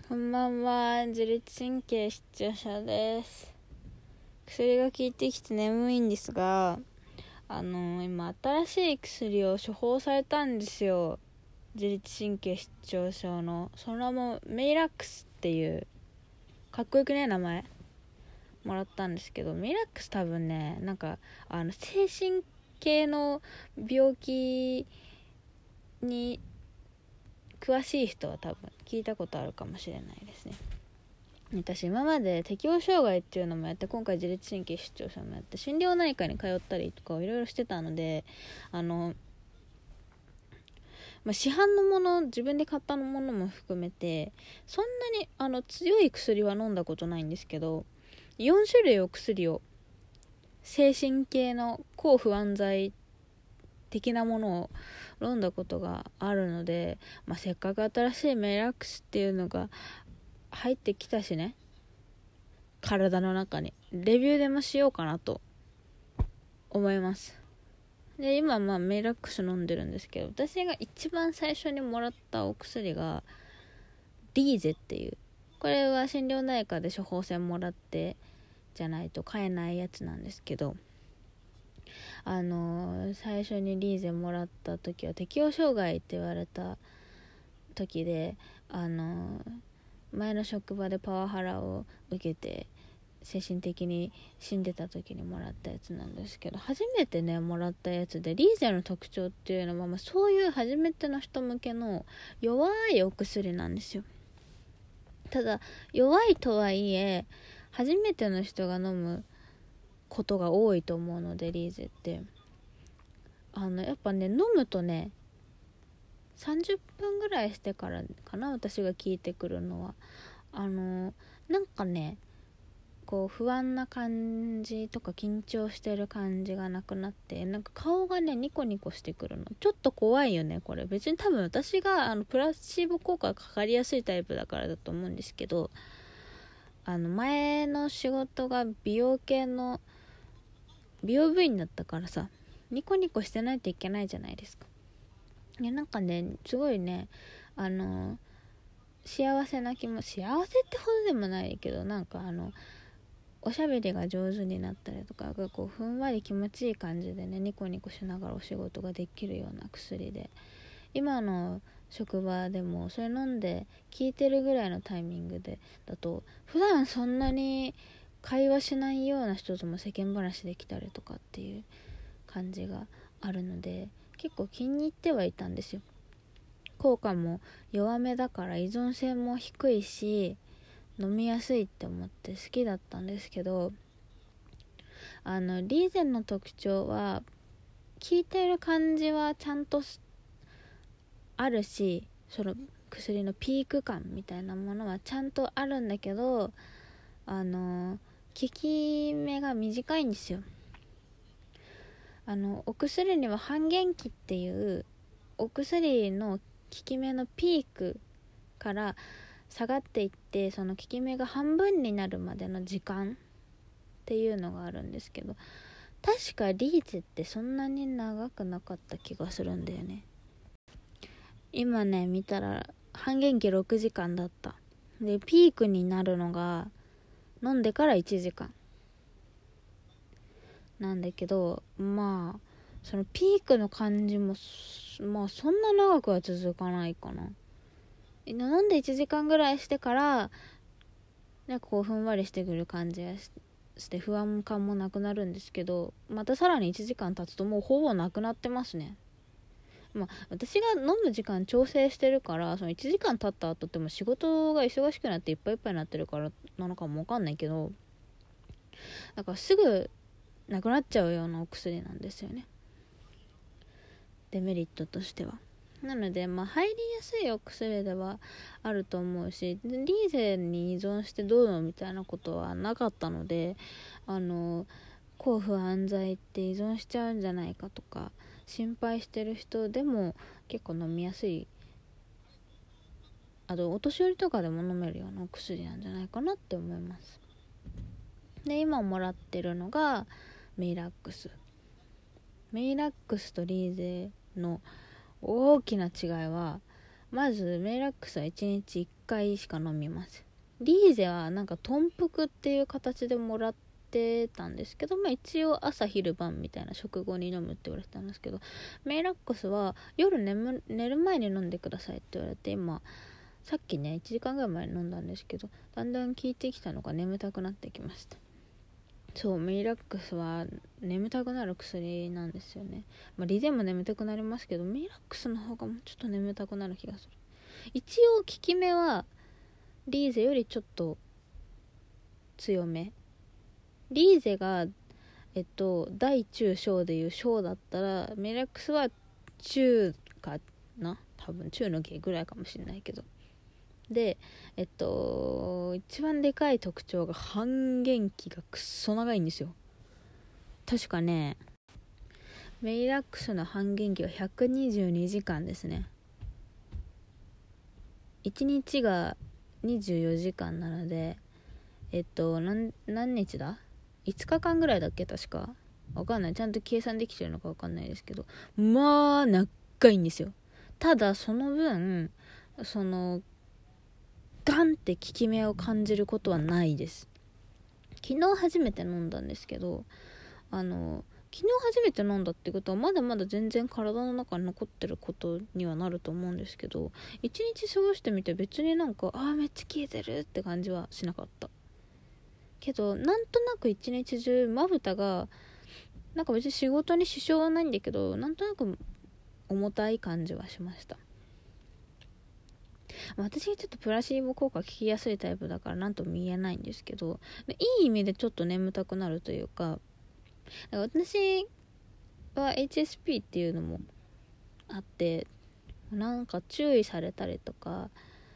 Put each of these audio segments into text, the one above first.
こんばんは。自律神経失調症です。薬が効いてきて眠いんですが、今新しい薬を処方されたんですよ。自律神経失調症の。その名もメイラックスっていうかっこよくね名前もらったんですけど、メイラックス多分ね、精神系の病気に詳しい人は多分聞いたことあるかもしれないですね。私今まで適応障害っていうのもやって、今回自律神経失調症もやって、心療内科に通ったりとかいろいろしてたので、市販のもの、自分で買ったものも含めてそんなに強い薬は飲んだことないんですけど、4種類お薬を、精神系の抗不安剤的なものを飲んだことがあるので、せっかく新しいメイラックスっていうのが入ってきたしね、体の中にレビューでもしようかなと思います。で、今メイラックス飲んでるんですけど、私が一番最初にもらったお薬がリーゼっていう、これは心療内科で処方箋もらってじゃないと買えないやつなんですけど、最初にリーゼもらった時は適応障害って言われた時で、前の職場でパワハラを受けて精神的に死んでた時にもらったやつなんですけど、初めてねもらったやつで、リーゼの特徴っていうのは、そういう初めての人向けの弱いお薬なんですよ。ただ弱いとはいえ初めての人が飲むことが多いと思うので、リーゼってやっぱね、飲むとね30分ぐらいしてからかな、私が聞いてくるのはこう不安な感じとか緊張してる感じがなくなって、顔がねニコニコしてくるの。ちょっと怖いよねこれ。別に多分私がプラシーボ効果がかかりやすいタイプだからだと思うんですけど、前の仕事が美容系の美容部員だったからさ、ニコニコしてないといけないじゃないですか。いやすごいね幸せな気も、幸せってほどでもないけど、おしゃべりが上手になったりとか、こうふんわり気持ちいい感じでね、ニコニコしながらお仕事ができるような薬で、今の職場でもそれ飲んで効いてるぐらいのタイミングでだと、普段そんなに会話しないような人とも世間話できたりとかっていう感じがあるので、結構気に入ってはいたんですよ。効果も弱めだから依存性も低いし飲みやすいって思って好きだったんですけど、リーゼンの特徴は効いてる感じはちゃんとあるし、その薬のピーク感みたいなものはちゃんとあるんだけど、効き目が短いんですよ。お薬には半減期っていうお薬の効き目のピークから下がっていって、その効き目が半分になるまでの時間っていうのがあるんですけど、確かリーゼってそんなに長くなかった気がするんだよね。今ね見たら半減期6時間だったで、ピークになるのが飲んでから1時間なんだけど、そのピークの感じもそんな長くは続かないかな。飲んで1時間ぐらいしてからこうふんわりしてくる感じがして不安感もなくなるんですけど、またさらに1時間経つともうほぼなくなってますね。私が飲む時間調整してるから、その1時間経った後っても仕事が忙しくなっていっぱいいっぱいになってるからなのかもわかんないけど、だからすぐなくなっちゃうようなお薬なんですよね、デメリットとしては。なので入りやすいお薬ではあると思うし、リーゼに依存してどうのみたいなことはなかったので、抗不安剤って依存しちゃうんじゃないかとか心配してる人でも結構飲みやすい、あとお年寄りとかでも飲めるようなお薬なんじゃないかなって思います。で、今もらってるのがメイラックスとリーゼの大きな違いは、 まずメイラックスは1日1回しか飲みます。リーゼはなんか豚腹っていう形でもらってたんですけど、一応朝昼晩みたいな食後に飲むって言われてたんですけど、メイラックスは夜寝る前に飲んでくださいって言われて、今さっきね1時間ぐらい前に飲んだんですけど、だんだん効いてきたのが眠たくなってきました。そう、メイラックスは眠たくなる薬なんですよね。リゼも眠たくなりますけど、メイラックスの方がもうちょっと眠たくなる気がする。一応効き目はリーゼよりちょっと強め。リーゼが大中小でいう小だったら、メイラックスは中かな、多分中の下ぐらいかもしれないけど、で一番でかい特徴が半減期がくっそ長いんですよ。確かね、メイラックスの半減期は122時間ですね。1日が24時間なので何日だ、5日間ぐらいだっけ、確かわかんない、ちゃんと計算できてるのかわかんないですけど、長いんですよ。ただその分ガンって効き目を感じることはないです。昨日初めて飲んだんですけど、昨日初めて飲んだってことはまだまだ全然体の中に残ってることにはなると思うんですけど、一日過ごしてみて別になんかめっちゃ消えてるって感じはしなかったけど、なんとなく一日中まぶたがなんか別に仕事に支障はないんだけど、なんとなく重たい感じはしました。私ちょっとプラシーボ効果効きやすいタイプだからなんとも言えないんですけど、いい意味でちょっと眠たくなるというか、私は HSP っていうのもあって、なんか注意されたりとか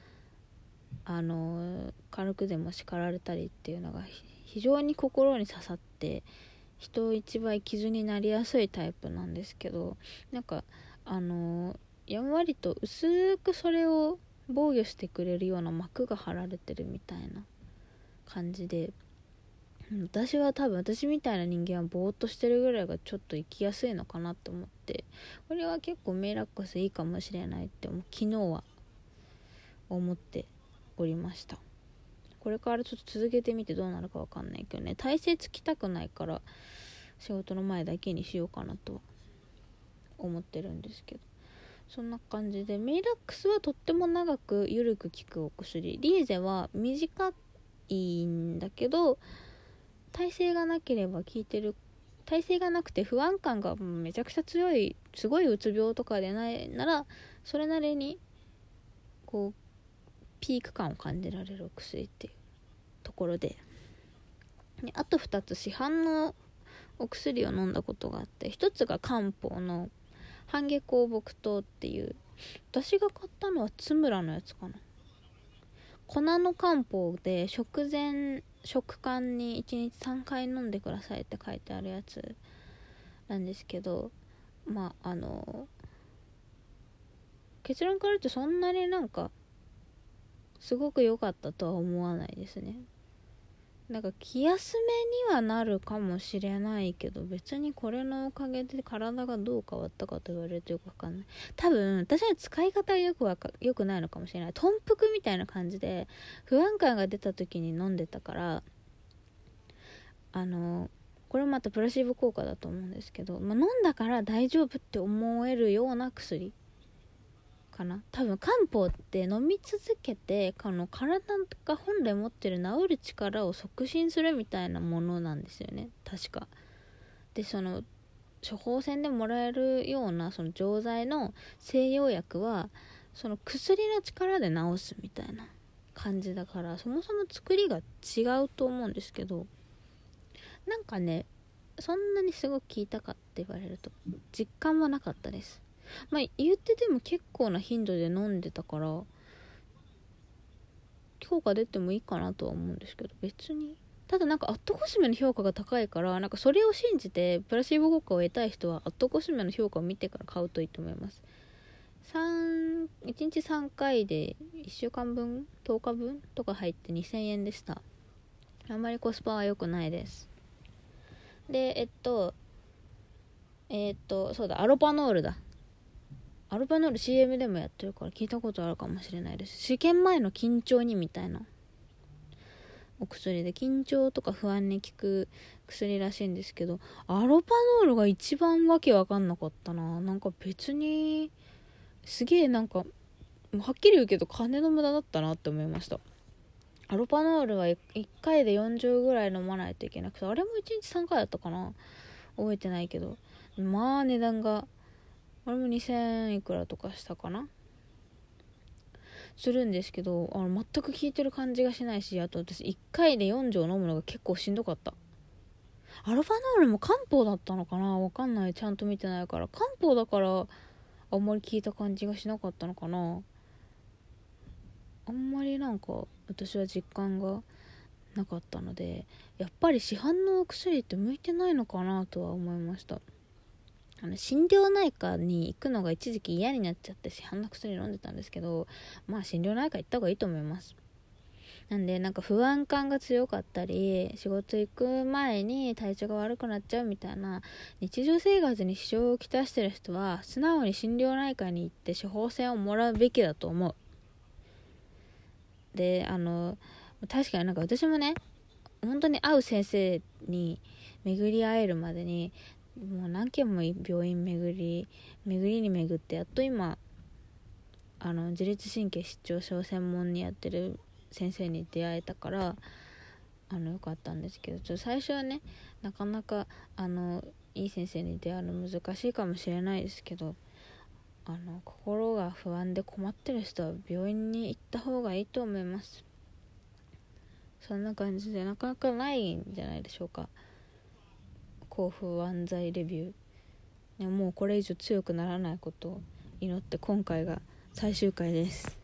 軽くでも叱られたりっていうのが非常に心に刺さって、人一倍傷になりやすいタイプなんですけど、なんかやんわりと薄くそれを防御してくれるような膜が張られてるみたいな感じで、私は多分私みたいな人間はぼーっとしてるぐらいがちょっと生きやすいのかなと思って、これは結構メイラックスいいかもしれないって昨日は思っておりました。これからちょっと続けてみてどうなるかわかんないけどね、体勢つきたくないから仕事の前だけにしようかなと思ってるんですけど、そんな感じでメイラックスはとっても長くゆるく効くお薬、リーゼは短いんだけど耐性がなければ効いてる、耐性がなくて不安感がめちゃくちゃ強い、すごいうつ病とかでないならそれなりにこうピーク感を感じられるお薬っていうところで、あと2つ市販のお薬を飲んだことがあって、1つが漢方の半下香木湯っていう、私が買ったのは津村のやつかな、粉の漢方で食間に1日3回飲んでくださいって書いてあるやつなんですけど、結論から言うとそんなになんかすごく良かったとは思わないですね。なんか気休めにはなるかもしれないけど、別にこれのおかげで体がどう変わったかと言われるとよくわかんない。多分私は使い方よくないのかもしれない。豚腹みたいな感じで不安感が出た時に飲んでたから、これもまたプラシーボ効果だと思うんですけど、飲んだから大丈夫って思えるような薬かな。多分漢方って飲み続けて体が本来持ってる治る力を促進するみたいなものなんですよね、確か。でその処方箋でもらえるようなその錠剤の西洋薬はその薬の力で治すみたいな感じだから、そもそも作りが違うと思うんですけど、なんかね、そんなにすごく効いたかって言われると実感はなかったです。言ってても結構な頻度で飲んでたから評価出てもいいかなとは思うんですけど、別に。ただなんかアットコスメの評価が高いから、なんかそれを信じてプラシーボ効果を得たい人はアットコスメの評価を見てから買うといいと思います。1日3回で1週間分10日分とか入って2000円でした。あんまりコスパは良くないです。でそうだ、アロパノールだ。 アルバノール CM でもやってるから聞いたことあるかもしれないです。試験前の緊張にみたいなお薬で、緊張とか不安に効く薬らしいんですけど、アロパノールが一番わけわかんなかったな。なんか別にすげえ、なんかはっきり言うけど金の無駄だったなって思いました。アロパノールは1回で40ぐらい飲まないといけなくて、あれも1日3回だったかな、覚えてないけど、まあ値段があれも2000いくらとかしたかなするんですけど、全く効いてる感じがしないし、あと私1回で4錠飲むのが結構しんどかった。アルファノールも漢方だったのかな、わかんない、ちゃんと見てないから。漢方だからあんまり効いた感じがしなかったのかな。あんまりなんか私は実感がなかったので、やっぱり市販のお薬って向いてないのかなとは思いました。心療内科に行くのが一時期嫌になっちゃって市販の薬飲んでたんですけど、まあ心療内科行った方がいいと思います。なんでなんか不安感が強かったり、仕事行く前に体調が悪くなっちゃうみたいな日常生活に支障をきたしてる人は素直に心療内科に行って処方箋をもらうべきだと思う。で確かになんか私もね、本当に会う先生に巡り会えるまでにもう何軒も病院巡りに巡って、やっと今自律神経失調症専門にやってる先生に出会えたからよかったんですけど、最初はねなかなかいい先生に出会うの難しいかもしれないですけど、心が不安で困ってる人は病院に行った方がいいと思います。そんな感じでなかなかないんじゃないでしょうか、抗不安剤レビュー。もうこれ以上強くならないことを祈って今回が最終回です。